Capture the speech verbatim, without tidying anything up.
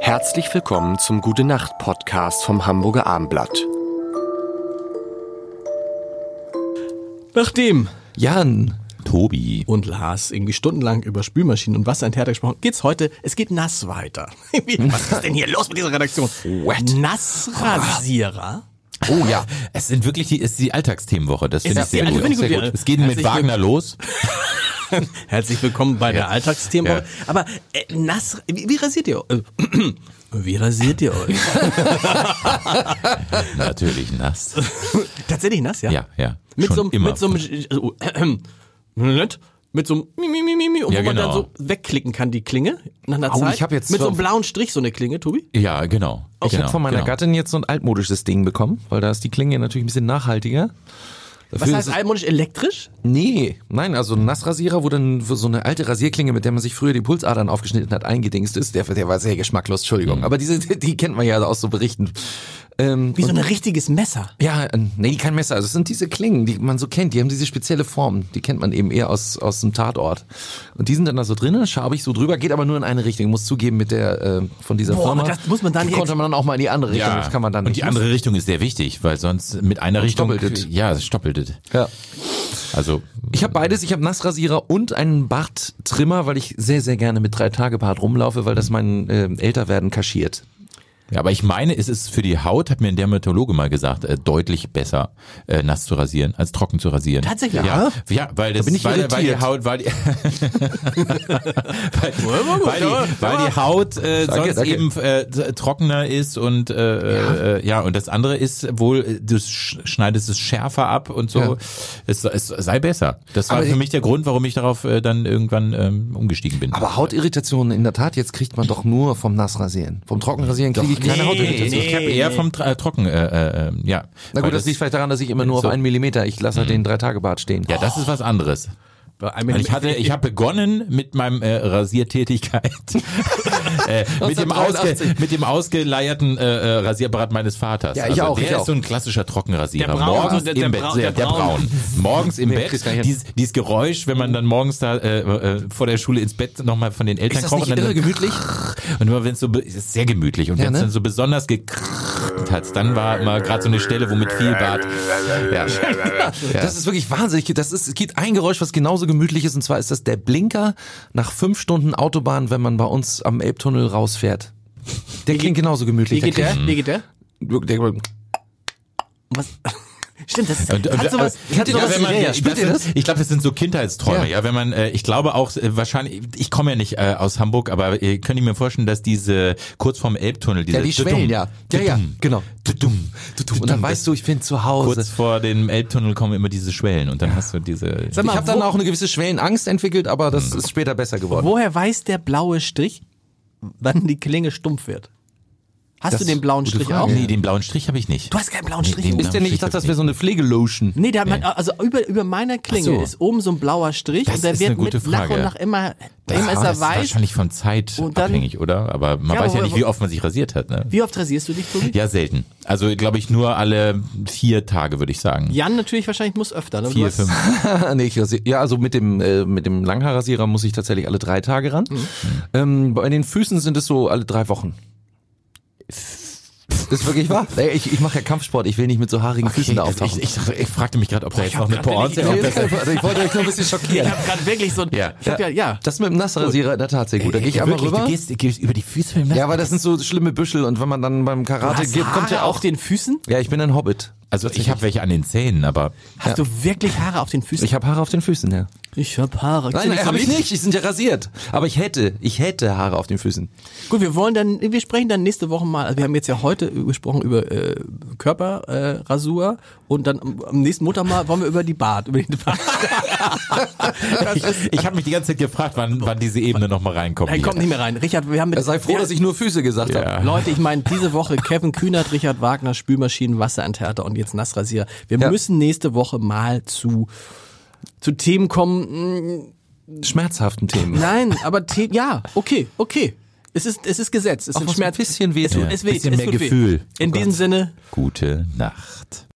Herzlich willkommen zum Gute-Nacht-Podcast vom Hamburger Abendblatt. Nachdem Jan, Tobi und Lars irgendwie stundenlang über Spülmaschinen und Wasserenthärter gesprochen, geht's heute, es geht nass weiter. Was ist denn hier los mit dieser Redaktion? Wet. Nassrasierer. Oh ja, es sind wirklich die, es ist die Alltagsthemenwoche, das finde ich sehr also gut. finde ich gut, Sehr ja. gut. Es geht mit Herzlich Wagner los. Herzlich willkommen bei der Alltagsthemenwoche. Ja. Aber äh, nass, wie, wie rasiert ihr euch? Wie rasiert ihr euch? Natürlich nass. Tatsächlich nass, ja? Ja, ja. Mit schon so einem, immer. mit so einem, also, äh, nicht? Mit so einem Mimimimi, und Ja, wo man dann genau. so wegklicken kann, die Klinge, nach einer Au, Zeit. ich hab jetzt mit so einem zwar- blauen Strich, so eine Klinge, Tobi? Ja, genau. ich genau, habe von meiner genau. Gattin jetzt so ein altmodisches Ding bekommen, weil da ist die Klinge natürlich ein bisschen nachhaltiger. Was Dafür heißt ist es- altmodisch elektrisch? Nee, nein, also ein Nassrasierer, wo dann so eine alte Rasierklinge, mit der man sich früher die Pulsadern aufgeschnitten hat, eingedingst ist, der, der war sehr geschmacklos, Entschuldigung. Mhm. Aber diese, die kennt man ja aus so Berichten. Ähm, Wie so und- ein richtiges Messer. Ja, äh, nee, kein Messer. Also es sind diese Klingen, die man so kennt. Die haben diese spezielle Form. Die kennt man eben eher aus aus dem Tatort. Und die sind dann da so drinnen, schabe ich so drüber, geht aber nur in eine Richtung. Ich muss zugeben, mit der äh, von dieser Boah, Firma. aber das muss man dann die nicht konnte man dann auch mal in die andere Richtung. Ja, Das kann man dann und nicht. die andere Richtung ist sehr wichtig, weil sonst mit einer Richtung, stoppelt es. ja, es stoppelt es. Ja. Also, Ich habe beides. Ich habe Nassrasierer und einen Barttrimmer, weil ich sehr sehr gerne mit drei Tage Bart rumlaufe, weil das mein äh, Älterwerden kaschiert. ja, aber ich meine, es ist für die Haut, hat mir ein Dermatologe mal gesagt, äh, deutlich besser, äh, nass zu rasieren, als trocken zu rasieren. Tatsächlich? Ja, ja, weil das, bin ich weil, weil die irritiert. Haut, weil die, weil, weil die, weil die Haut äh, Danke, sonst danke. eben äh, t- trockener ist und äh, ja. Äh, ja, und das andere ist wohl, äh, du sch- schneidest es schärfer ab und so. Ja. Es, es sei besser. Das war Aber für ich- mich der Grund, warum ich darauf äh, dann irgendwann ähm, umgestiegen bin. Aber Hautirritationen in der Tat, jetzt kriegt man doch nur vom Nassrasieren. Vom Trockenrasieren kriege ich keine nee, Hautirritation. ich habe eher vom Tra- äh, Trocken, äh, äh, ja. Na Weil gut, das liegt vielleicht daran, dass ich immer nur so- auf einen Millimeter, ich lasse halt den Drei-Tage-Bart stehen. Ja, das ist was anderes. Weil ich hatte, ich habe begonnen mit meinem äh, Rasiertätigkeit äh, mit dem ausge, neunzehnhundertdreiundachtzig. mit dem ausgeleierten äh, äh, Rasierapparat meines Vaters. Ja, ich also auch, Der ich ist auch. so ein klassischer Trockenrasierer. Der Braun, morgens der- der im Bett, Braun- der, der der Braun. Braun. Morgens im Nee, Bett. kriegst gar nicht hin. Dieses, dieses Geräusch, wenn man dann morgens da äh, äh, vor der Schule ins Bett nochmal von den Eltern Ist das kommt nicht und dann irre gemütlich? und immer wenn es so be- es ist sehr gemütlich und Ja, wenn es ne? dann so besonders gekrrrt hat, dann war mal gerade so eine Stelle, wo mit viel Bart. Ja. Das ist wirklich wahnsinnig. Das ist, es gibt ein Geräusch, was genauso gemütlich ist, und zwar ist das der Blinker nach fünf Stunden Autobahn, wenn man bei uns am Elbtunnel rausfährt. Der klingt genauso gemütlich. Wie geht der? klingt- Wie geht der? der Was? Stimmt, das ist, Und, und, hat sowas, äh, hat ja, sowas wenn man, Idee. ja, Spielt ihr das? das? Ich glaube, das sind so Kindheitsträume. Ja. Ja, wenn man, äh, ich glaube auch äh, wahrscheinlich, ich komme ja nicht äh, aus Hamburg, aber äh, könnt ihr mir vorstellen, dass diese kurz vorm Elbtunnel, diese Ja, die Schwellen, ja. Ja, ja, genau. Tudum, Und dann weißt du, ich bin zu Hause. kurz vor dem Elbtunnel kommen immer diese Schwellen und dann hast du diese. Sag mal, Ich habe dann wo- auch eine gewisse Schwellenangst entwickelt, aber das ist später besser geworden. Woher weiß der blaue Strich, wann die Klinge stumpf wird? Hast Das du den blauen gute Strich Frage. auch? Nee, den blauen Strich habe ich nicht. Du hast keinen blauen Strich. den oben. blauen Ist der nicht, ich dachte, das wäre so eine Pflegelotion. Nee, der hat man, also über, über meiner Klinge Ach so. ist oben so ein blauer Strich Das und der ist wird eine gute mit nach Frage. und nach immer, Das, immer ist aber er das ist weiß. wahrscheinlich von Zeit Und dann- abhängig, oder? Aber man Ja, weiß ja aber- nicht, wie oft man sich rasiert hat. Ne? Wie oft rasierst du dich, Tobi? Ja, selten. Also glaube ich nur alle vier Tage, würde ich sagen. Jan natürlich wahrscheinlich muss öfter. Ne? Du Vier, hast- fünf. nee, ich rasier, ja, also mit dem äh, mit dem Langhaarrasierer muss ich tatsächlich alle drei Tage ran. Ähm, bei den Füßen sind es so alle drei Wochen. Das ist wirklich wahr. Ey, Ich, ich mache ja Kampfsport, ich will nicht mit so haarigen Füßen da auftauchen. Ich, ich, dachte, ich fragte mich gerade, ob da jetzt noch eine hab grad Pointe wirklich- ist. Nee, ich wollte euch nur ein bisschen Ich schockieren. habe gerade wirklich so ein, Ja. ich hab ja, ja. Das mit dem Nassrasierer in der Tat sehr gut. Da gehe ich Ja, einmal wirklich, rüber. Du gehst, gehst über die Füße mit dem Ja, aber das sind so schlimme Büschel und wenn man dann beim Karate Hast geht, kommt ja Haare auch auf den Füßen? Ja, ich bin ein Hobbit. Also ich habe welche an den Zähnen, aber Hast du wirklich Haare auf den Füßen? Ich habe Haare auf den Füßen, ja. Ich hab Haare. Nein, habe ich nicht. Die sind ja rasiert. Aber ich hätte, ich hätte Haare auf den Füßen. Gut, wir wollen dann, wir sprechen dann nächste Woche mal, also wir haben jetzt ja heute gesprochen über äh, Körperrasur äh, Rasur und dann am am nächsten Montag mal wollen wir über die Bart, über den Bart. Das ich, ist, ich habe mich die ganze Zeit gefragt, wann, wann diese Ebene nochmal reinkommt. er kommt nicht mehr rein. Richard, wir haben mit, Er sei froh, wir, dass ich nur Füße gesagt Ja. habe. Leute, ich meine, diese Woche Kevin Kühnert, Richard Wagner, Spülmaschinen, Wasserenthärter und jetzt Nassrasierer. Wir Ja. müssen nächste Woche mal zu, zu Themen kommen. Schmerzhaften Themen. Nein, aber The ja, okay, okay. Es ist, es ist Gesetz. Es Auch sind was ein Schmerz. bisschen wehtut. Es, es weht, bisschen es mehr tut weh. Gefühl. In Oh diesem Gott. Sinne, Gute Nacht.